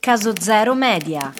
Caso Zero Media.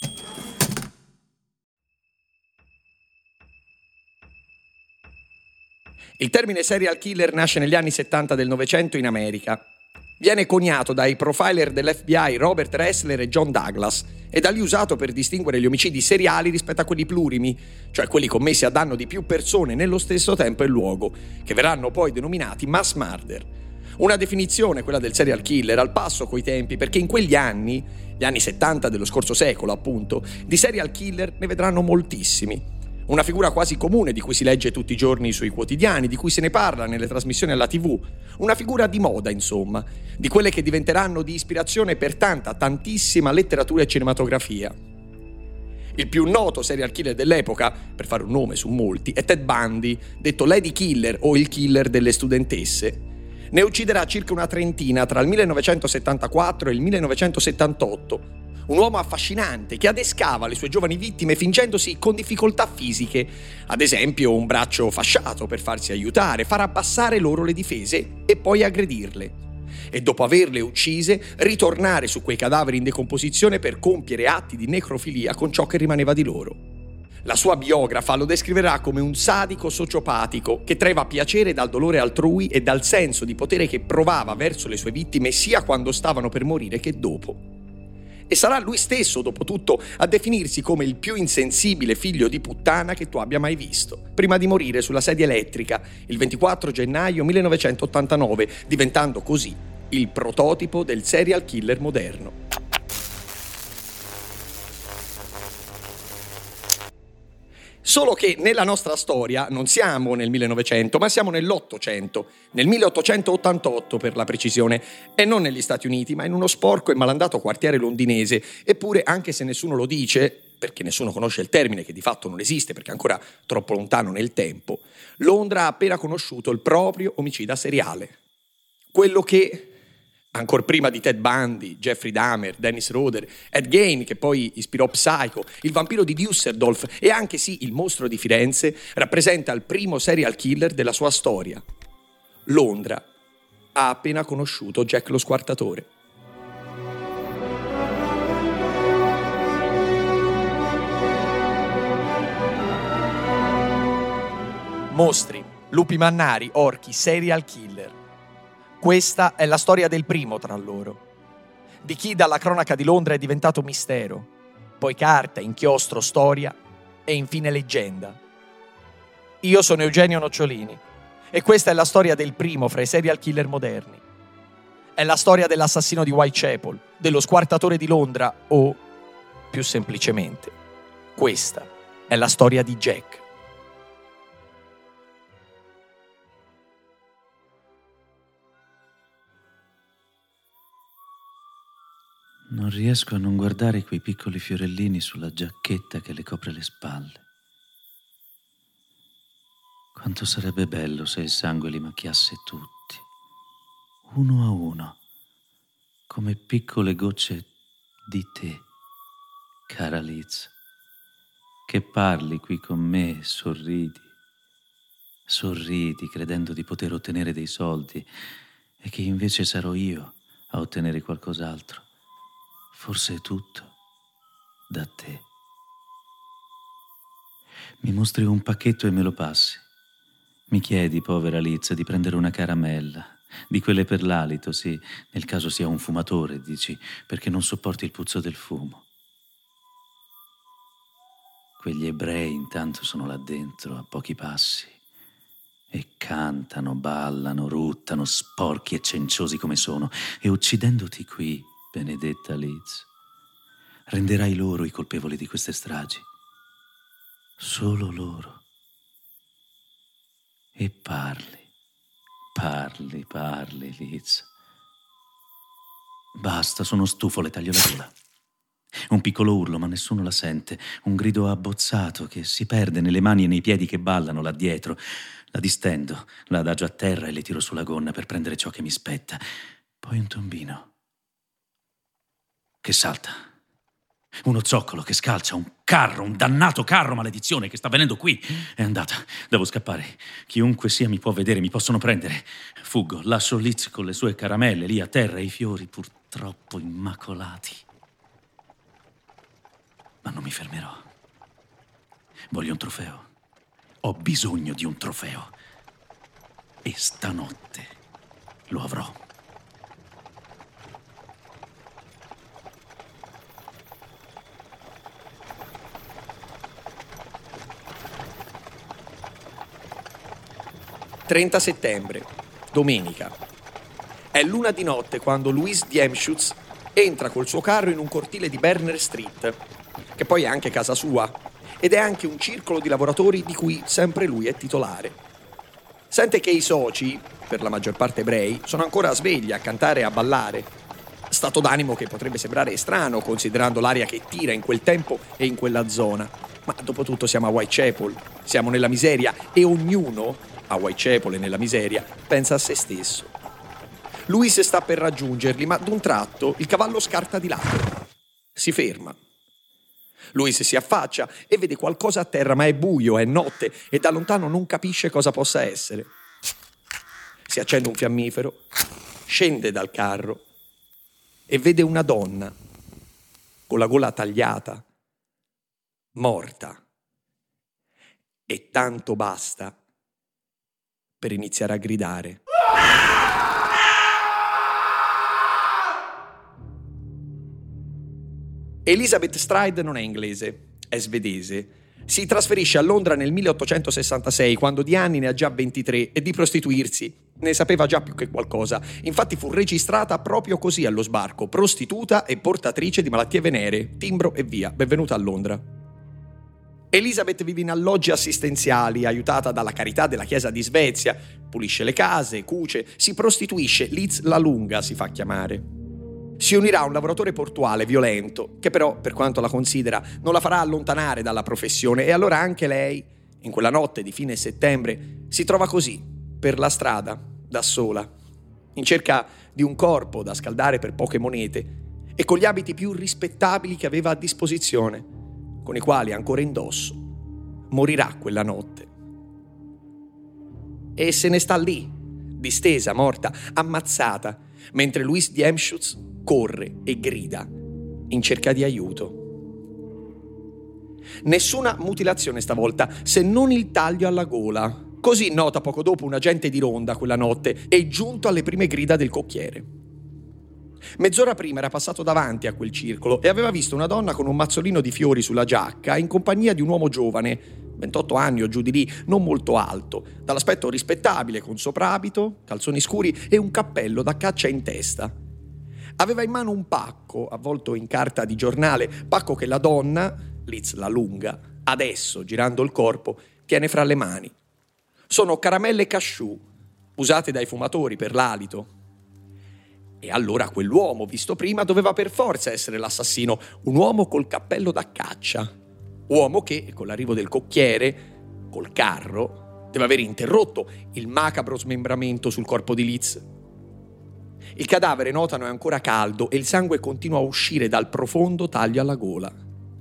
Il termine serial killer nasce negli anni 70 del Novecento in America. Viene coniato dai profiler dell'FBI Robert Ressler e John Douglas e da lì usato per distinguere gli omicidi seriali rispetto a quelli plurimi, cioè quelli commessi a danno di più persone nello stesso tempo e luogo, che verranno poi denominati mass murder. Una definizione, quella del serial killer, al passo coi tempi, perché in quegli anni, gli anni 70 dello scorso secolo appunto, di serial killer ne vedranno moltissimi. Una figura quasi comune di cui si legge tutti i giorni sui quotidiani, di cui se ne parla nelle trasmissioni alla TV. Una figura di moda, insomma, di quelle che diventeranno di ispirazione per tantissima letteratura e cinematografia. Il più noto serial killer dell'epoca, per fare un nome su molti, è Ted Bundy, detto Lady Killer o il killer delle studentesse. Ne ucciderà circa una trentina tra il 1974 e il 1978. Un uomo affascinante che adescava le sue giovani vittime fingendosi con difficoltà fisiche, ad esempio un braccio fasciato per farsi aiutare, far abbassare loro le difese e poi aggredirle. E dopo averle uccise, ritornare su quei cadaveri in decomposizione per compiere atti di necrofilia con ciò che rimaneva di loro. La sua biografa lo descriverà come un sadico sociopatico che traeva piacere dal dolore altrui e dal senso di potere che provava verso le sue vittime sia quando stavano per morire che dopo. E sarà lui stesso, dopo tutto, a definirsi come il più insensibile figlio di puttana che tu abbia mai visto, prima di morire sulla sedia elettrica il 24 gennaio 1989, diventando così il prototipo del serial killer moderno. Solo che nella nostra storia non siamo nel 1900, ma siamo nell'800, nel 1888 per la precisione, e non negli Stati Uniti, ma in uno sporco e malandato quartiere londinese. Eppure, anche se nessuno lo dice, perché nessuno conosce il termine che di fatto non esiste perché è ancora troppo lontano nel tempo, Londra ha appena conosciuto il proprio omicida seriale. Quello che, ancor prima di Ted Bundy, Jeffrey Dahmer, Dennis Roder, Ed Gein, che poi ispirò Psycho, il vampiro di Düsseldorf e anche sì il mostro di Firenze, rappresenta il primo serial killer della sua storia. Londra ha appena conosciuto Jack lo Squartatore. Mostri, lupi mannari, orchi, serial killer. Questa è la storia del primo tra loro, di chi dalla cronaca di Londra è diventato mistero, poi carta, inchiostro, storia e infine leggenda. Io sono Eugenio Nocciolini e questa è la storia del primo fra i serial killer moderni. È la storia dell'assassino di Whitechapel, dello squartatore di Londra o, più semplicemente, questa è la storia di Jack. Non riesco a non guardare quei piccoli fiorellini sulla giacchetta che le copre le spalle. Quanto sarebbe bello se il sangue li macchiasse tutti, uno a uno, come piccole gocce di te, cara Liz, che parli qui con me e sorridi. Sorridi credendo di poter ottenere dei soldi e che invece sarò io a ottenere qualcos'altro. Forse è tutto da te. Mi mostri un pacchetto e me lo passi. Mi chiedi, povera Liz, di prendere una caramella, di quelle per l'alito, sì, nel caso sia un fumatore, dici, perché non sopporti il puzzo del fumo. Quegli ebrei intanto sono là dentro, a pochi passi, e cantano, ballano, ruttano, sporchi e cenciosi come sono, e uccidendoti qui, benedetta Liz, renderai loro i colpevoli di queste stragi. Solo loro. E parli, Liz. Basta, sono stufo, le taglio la gola. Un piccolo urlo, ma nessuno la sente. Un grido abbozzato che si perde nelle mani e nei piedi che ballano là dietro. La distendo, la adagio a terra e le tiro sulla gonna per prendere ciò che mi spetta. Poi un tombino che salta, uno zoccolo che scalcia, un carro, un dannato carro, maledizione, che sta venendo qui. È andata, devo scappare. Chiunque sia mi può vedere, mi possono prendere. Fuggo, lascio Liz con le sue caramelle lì a terra e i fiori purtroppo immacolati. mi fermerò. Voglio un trofeo. Ho bisogno di un trofeo. E stanotte lo avrò. «30 settembre, domenica. È l'una di notte quando Louis Diemschutz entra col suo carro in un cortile di Berner Street, che poi è anche casa sua, ed è anche un circolo di lavoratori di cui sempre lui è titolare. Sente che i soci, per la maggior parte ebrei, sono ancora svegli a cantare e a ballare. Stato d'animo che potrebbe sembrare strano considerando l'aria che tira in quel tempo e in quella zona. Ma dopo tutto siamo a Whitechapel, siamo nella miseria e ognuno, a Whitechapel e nella miseria, pensa a se stesso. Louis sta per raggiungerli, ma d'un tratto il cavallo scarta di lato. Si ferma. Louis si affaccia e vede qualcosa a terra, ma è buio, è notte e da lontano non capisce cosa possa essere. Si accende un fiammifero, scende dal carro e vede una donna con la gola tagliata, morta. E tanto basta per iniziare a gridare. Elizabeth Stride non è inglese, è svedese. Si trasferisce a Londra nel 1866, quando di anni ne ha già 23 e di prostituirsi ne sapeva già più che qualcosa. Infatti fu registrata proprio così allo sbarco, prostituta e portatrice di malattie venere, timbro e via. Benvenuta a Londra. Elizabeth vive in alloggi assistenziali, aiutata dalla carità della Chiesa di Svezia, pulisce le case, cuce, si prostituisce, Liz la Lunga si fa chiamare. Si unirà a un lavoratore portuale violento, che però, per quanto la considera, non la farà allontanare dalla professione, e allora anche lei, in quella notte di fine settembre, si trova così, per la strada, da sola, in cerca di un corpo da scaldare per poche monete e con gli abiti più rispettabili che aveva a disposizione, con i quali ancora indosso morirà quella notte. E se ne sta lì, distesa, morta, ammazzata, mentre Louis Diemschutz corre e grida in cerca di aiuto. Nessuna mutilazione stavolta, se non il taglio alla gola. Così nota poco dopo un agente di ronda quella notte e giunto alle prime grida del cocchiere. Mezz'ora prima era passato davanti a quel circolo e aveva visto una donna con un mazzolino di fiori sulla giacca in compagnia di un uomo giovane, 28 anni o giù di lì, non molto alto, dall'aspetto rispettabile, con soprabito, calzoni scuri e un cappello da caccia in testa. Aveva in mano un pacco avvolto in carta di giornale, pacco che la donna, Liz la Lunga, adesso, girando il corpo, tiene fra le mani. Sono caramelle cashew, usate dai fumatori per l'alito. E allora quell'uomo, visto prima, doveva per forza essere l'assassino, un uomo col cappello da caccia. Uomo che, con l'arrivo del cocchiere, col carro, deve aver interrotto il macabro smembramento sul corpo di Liz. Il cadavere, notano, è ancora caldo e il sangue continua a uscire dal profondo taglio alla gola.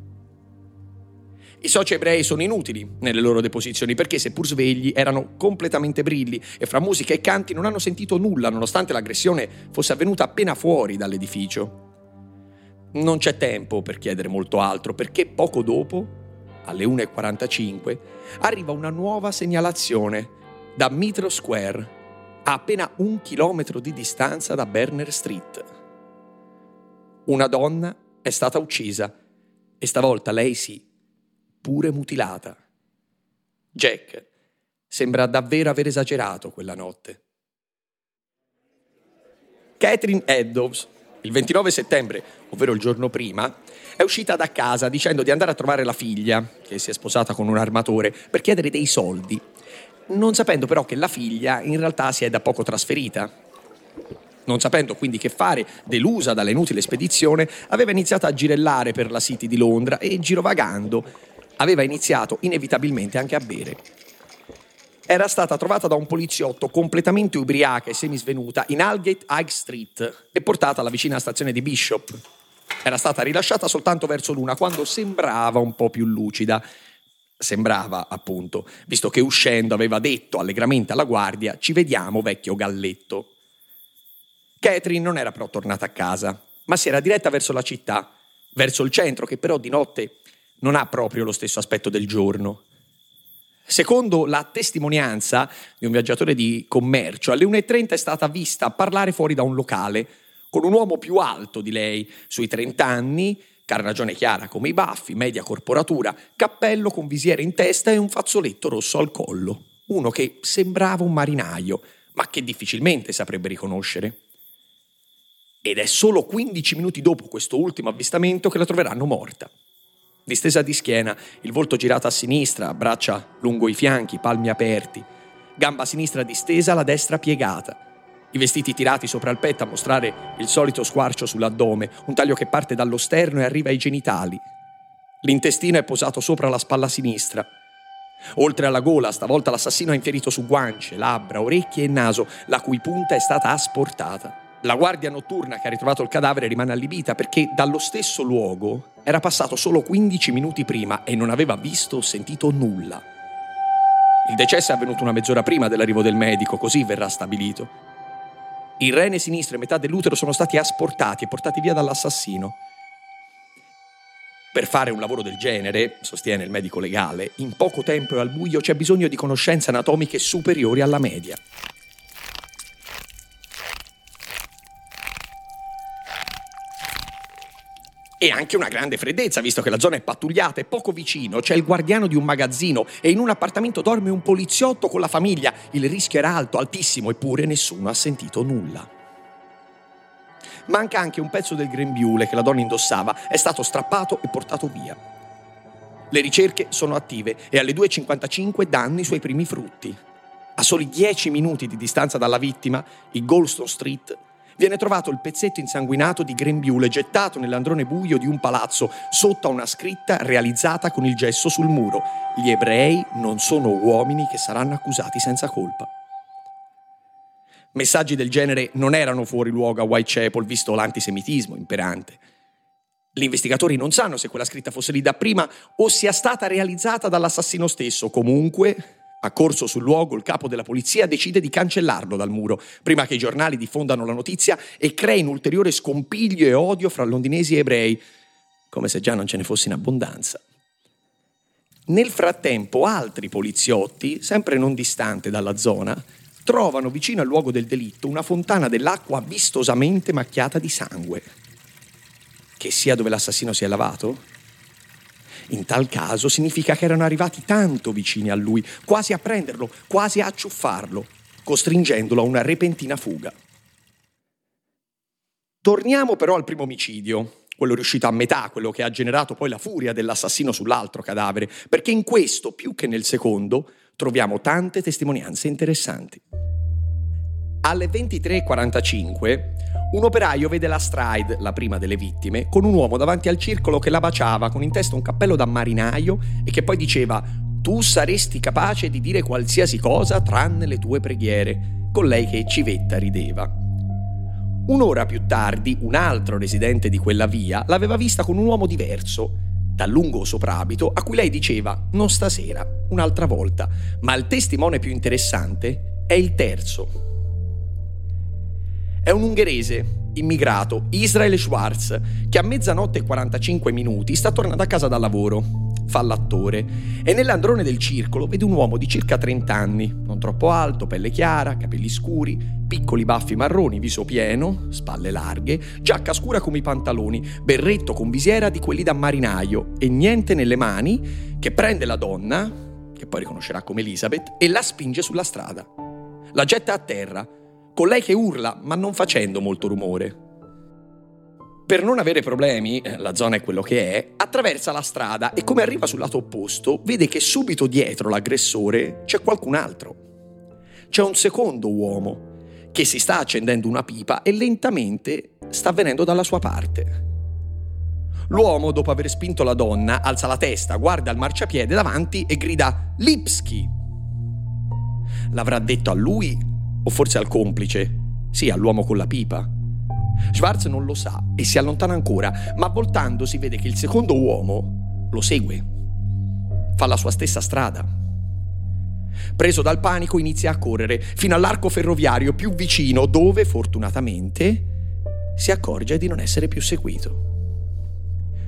I soci ebrei sono inutili nelle loro deposizioni perché, seppur svegli, erano completamente brilli e fra musica e canti non hanno sentito nulla, nonostante l'aggressione fosse avvenuta appena fuori dall'edificio. Non c'è tempo per chiedere molto altro perché poco dopo, alle 1:45, arriva una nuova segnalazione da Mitro Square, a appena 1 chilometro di distanza da Berner Street. Una donna è stata uccisa e stavolta lei sì, pure mutilata. Jack sembra davvero aver esagerato quella notte. Catherine Eddowes, il 29 settembre, ovvero il giorno prima, è uscita da casa dicendo di andare a trovare la figlia, che si è sposata con un armatore, per chiedere dei soldi, non sapendo però che la figlia in realtà si è da poco trasferita. Non sapendo quindi che fare, delusa dall'inutile spedizione, aveva iniziato a girellare per la City di Londra e, girovagando, aveva iniziato inevitabilmente anche a bere. Era stata trovata da un poliziotto completamente ubriaca e semisvenuta in Aldgate High Street e portata alla vicina stazione di Bishop. Era stata rilasciata soltanto verso l'1 quando sembrava un po' più lucida. Sembrava, appunto, visto che uscendo aveva detto allegramente alla guardia: «Ci vediamo, vecchio galletto». Catherine non era però tornata a casa, ma si era diretta verso la città, verso il centro, che però di notte non ha proprio lo stesso aspetto del giorno. Secondo la testimonianza di un viaggiatore di commercio, alle 1:30 è stata vista parlare fuori da un locale con un uomo più alto di lei, sui 30 anni, carnagione chiara come i baffi, media corporatura, cappello con visiera in testa e un fazzoletto rosso al collo. Uno che sembrava un marinaio, ma che difficilmente saprebbe riconoscere. Ed è solo 15 minuti dopo questo ultimo avvistamento che la troveranno morta. Distesa di schiena, il volto girato a sinistra, braccia lungo i fianchi, palmi aperti, gamba sinistra distesa, la destra piegata. I vestiti tirati sopra il petto a mostrare il solito squarcio sull'addome, un taglio che parte dallo sterno e arriva ai genitali. L'intestino è posato sopra la spalla sinistra. Oltre alla gola, stavolta l'assassino ha infierito su guance, labbra, orecchie e naso, la cui punta è stata asportata. La guardia notturna che ha ritrovato il cadavere rimane allibita perché dallo stesso luogo era passato solo 15 minuti prima e non aveva visto o sentito nulla. Il decesso è avvenuto una mezz'ora prima dell'arrivo del medico, così verrà stabilito. Il rene sinistro e metà dell'utero sono stati asportati e portati via dall'assassino. Per fare un lavoro del genere, sostiene il medico legale, in poco tempo e al buio c'è bisogno di conoscenze anatomiche superiori alla media. E anche una grande freddezza, visto che la zona è pattugliata e poco vicino c'è il guardiano di un magazzino e in un appartamento dorme un poliziotto con la famiglia. Il rischio era alto, altissimo, eppure nessuno ha sentito nulla. Manca anche un pezzo del grembiule che la donna indossava, è stato strappato e portato via. Le ricerche sono attive e alle 2:55 danno i suoi primi frutti. A soli 10 minuti di distanza dalla vittima, il Goldstone Street, viene trovato il pezzetto insanguinato di grembiule gettato nell'androne buio di un palazzo sotto a una scritta realizzata con il gesso sul muro: gli ebrei non sono uomini che saranno accusati senza colpa. Messaggi del genere non erano fuori luogo a Whitechapel, visto l'antisemitismo imperante. Gli investigatori non sanno se quella scritta fosse lì da prima o sia stata realizzata dall'assassino stesso. Comunque, accorso sul luogo, il capo della polizia decide di cancellarlo dal muro, prima che i giornali diffondano la notizia e creino ulteriore scompiglio e odio fra londinesi e ebrei, come se già non ce ne fosse in abbondanza. Nel frattempo, altri poliziotti, sempre non distante dalla zona, trovano vicino al luogo del delitto una fontana dell'acqua vistosamente macchiata di sangue. Che sia dove l'assassino si è lavato? In tal caso significa che erano arrivati tanto vicini a lui, quasi a prenderlo, quasi a acciuffarlo, costringendolo a una repentina fuga. Torniamo però al primo omicidio, quello riuscito a metà, quello che ha generato poi la furia dell'assassino sull'altro cadavere, perché in questo, più che nel secondo, troviamo tante testimonianze interessanti. Alle 23:45 un operaio vede la Stride, la prima delle vittime, con un uomo davanti al circolo che la baciava con in testa un cappello da marinaio e che poi diceva: «Tu saresti capace di dire qualsiasi cosa tranne le tue preghiere», con lei che civetta rideva. Un'ora più tardi un altro residente di quella via l'aveva vista con un uomo diverso, dal lungo soprabito, a cui lei diceva: «Non stasera, un'altra volta». Ma il testimone più interessante è il terzo. È un ungherese, immigrato, Israel Schwartz, che a 00:45 sta tornando a casa dal lavoro. Fa l'attore e nell'androne del circolo vede un uomo di circa 30 anni, non troppo alto, pelle chiara, capelli scuri, piccoli baffi marroni, viso pieno, spalle larghe, giacca scura come i pantaloni, berretto con visiera di quelli da marinaio e niente nelle mani, che prende la donna, che poi riconoscerà come Elizabeth, e la spinge sulla strada. La getta a terra, con lei che urla, ma non facendo molto rumore. Per non avere problemi, la zona è quello che è, attraversa la strada e come arriva sul lato opposto, vede che subito dietro l'aggressore c'è qualcun altro. C'è un secondo uomo che si sta accendendo una pipa e lentamente sta venendo dalla sua parte. L'uomo, dopo aver spinto la donna, alza la testa, guarda il marciapiede davanti e grida «Lipski!». L'avrà detto a lui o forse al complice? Sì, all'uomo con la pipa. Schwartz non lo sa e si allontana ancora, ma voltandosi vede che il secondo uomo lo segue. Fa la sua stessa strada. Preso dal panico inizia a correre fino all'arco ferroviario più vicino, dove fortunatamente si accorge di non essere più seguito.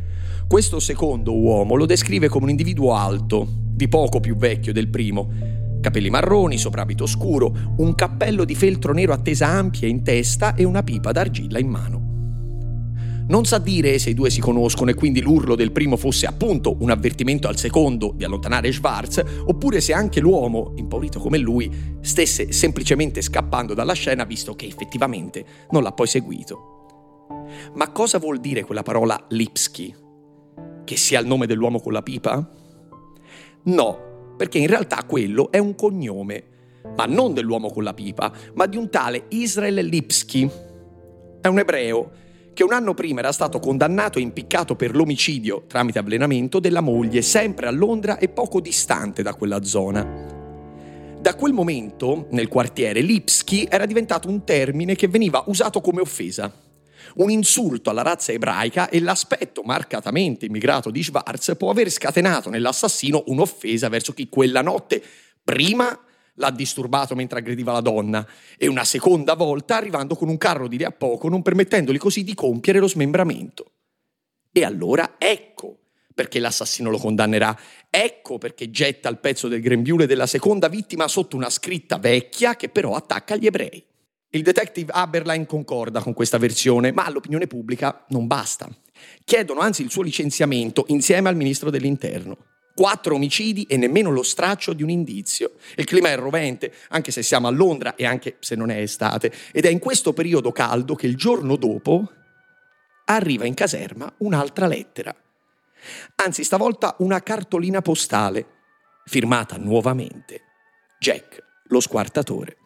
Questo secondo uomo lo descrive come un individuo alto, di poco più vecchio del primo, capelli marroni, soprabito scuro, un cappello di feltro nero a tesa ampia in testa e una pipa d'argilla in mano. Non sa dire se i due si conoscono e quindi l'urlo del primo fosse appunto un avvertimento al secondo di allontanare Schwarz, oppure se anche l'uomo, impaurito come lui, stesse semplicemente scappando dalla scena visto che effettivamente non l'ha poi seguito. Ma cosa vuol dire quella parola Lipski? Che sia il nome dell'uomo con la pipa? No, perché in realtà quello è un cognome, ma non dell'uomo con la pipa, ma di un tale Israel Lipski. È un ebreo che un anno prima era stato condannato e impiccato per l'omicidio tramite avvelenamento della moglie, sempre a Londra e poco distante da quella zona. Da quel momento, nel quartiere, Lipski era diventato un termine che veniva usato come offesa, un insulto alla razza ebraica, e l'aspetto marcatamente immigrato di Schwarz può aver scatenato nell'assassino un'offesa verso chi quella notte prima l'ha disturbato mentre aggrediva la donna e una seconda volta arrivando con un carro di lì a poco, non permettendogli così di compiere lo smembramento. E allora ecco perché l'assassino lo condannerà, ecco perché getta il pezzo del grembiule della seconda vittima sotto una scritta vecchia che però attacca gli ebrei. Il detective Haberlein concorda con questa versione, ma all'opinione pubblica non basta. Chiedono anzi il suo licenziamento insieme al ministro dell'Interno. 4 omicidi e nemmeno lo straccio di un indizio. Il clima è rovente, anche se siamo a Londra e anche se non è estate, ed è in questo periodo caldo che il giorno dopo arriva in caserma un'altra lettera. Anzi, stavolta una cartolina postale, firmata nuovamente Jack, lo squartatore.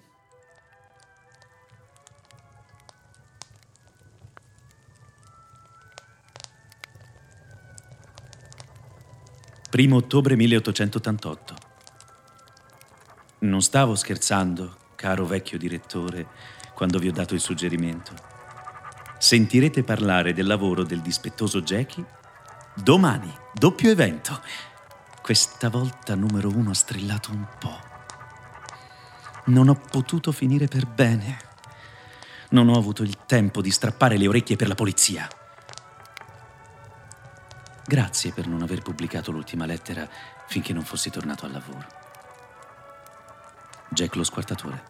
Primo ottobre 1888. Non stavo scherzando, caro vecchio direttore, quando vi ho dato il suggerimento. Sentirete parlare del lavoro del dispettoso Jackie domani, doppio evento. Questa volta numero 1 ha strillato un po'. Non ho potuto finire per bene. Non ho avuto il tempo di strappare le orecchie per la polizia. Grazie per non aver pubblicato l'ultima lettera finché non fossi tornato al lavoro. Jack lo squartatore.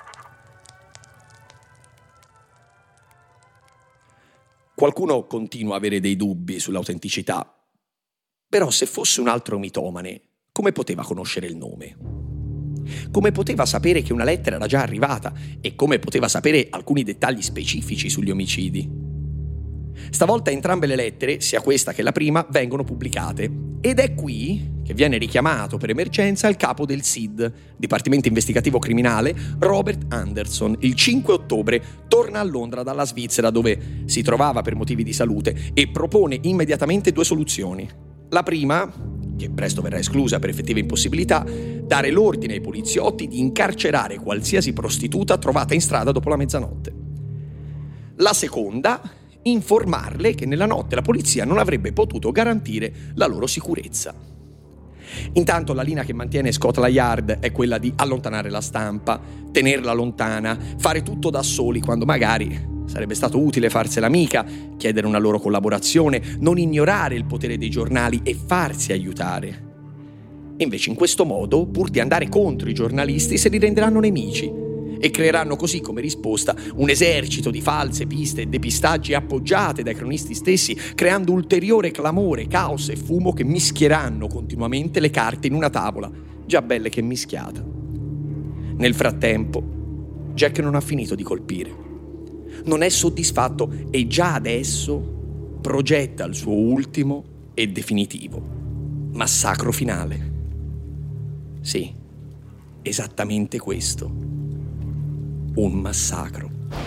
Qualcuno continua a avere dei dubbi sull'autenticità. Però se fosse un altro mitomane, come poteva conoscere il nome? Come poteva sapere che una lettera era già arrivata? E come poteva sapere alcuni dettagli specifici sugli omicidi? Stavolta entrambe le lettere, sia questa che la prima, vengono pubblicate. Ed è qui che viene richiamato per emergenza il capo del SID, Dipartimento Investigativo Criminale, Robert Anderson. Il 5 ottobre torna a Londra dalla Svizzera, dove si trovava per motivi di salute, e propone immediatamente 2 soluzioni. La prima, che presto verrà esclusa per effettiva impossibilità, dare l'ordine ai poliziotti di incarcerare qualsiasi prostituta trovata in strada dopo la mezzanotte. La seconda, informarle che nella notte la polizia non avrebbe potuto garantire la loro sicurezza. Intanto la linea che mantiene Scotland Yard è quella di allontanare la stampa, tenerla lontana, fare tutto da soli quando magari sarebbe stato utile farsela amica, chiedere una loro collaborazione, non ignorare il potere dei giornali e farsi aiutare. Invece in questo modo, pur di andare contro i giornalisti, se li renderanno nemici e creeranno così come risposta un esercito di false piste e depistaggi appoggiate dai cronisti stessi, creando ulteriore clamore, caos e fumo che mischieranno continuamente le carte in una tavola, già belle che mischiata. Nel frattempo, Jack non ha finito di colpire. Non è soddisfatto e già adesso progetta il suo ultimo e definitivo massacro finale. Sì, esattamente questo. Un massacro.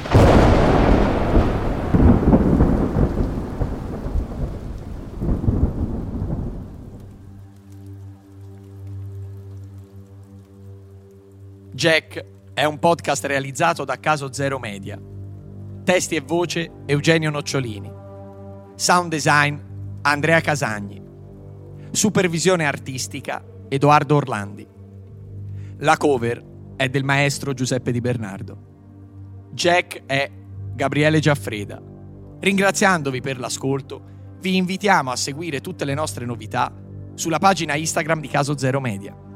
Jack è un podcast realizzato da Caso Zero Media. Testi e voce Eugenio Nocciolini. Sound design Andrea Casagni. Supervisione artistica Edoardo Orlandi. La cover è del maestro Giuseppe Di Bernardo. Jack è Gabriele Giaffreda. Ringraziandovi per l'ascolto, Vi invitiamo a seguire tutte le nostre novità sulla pagina Instagram di Caso Zero Media.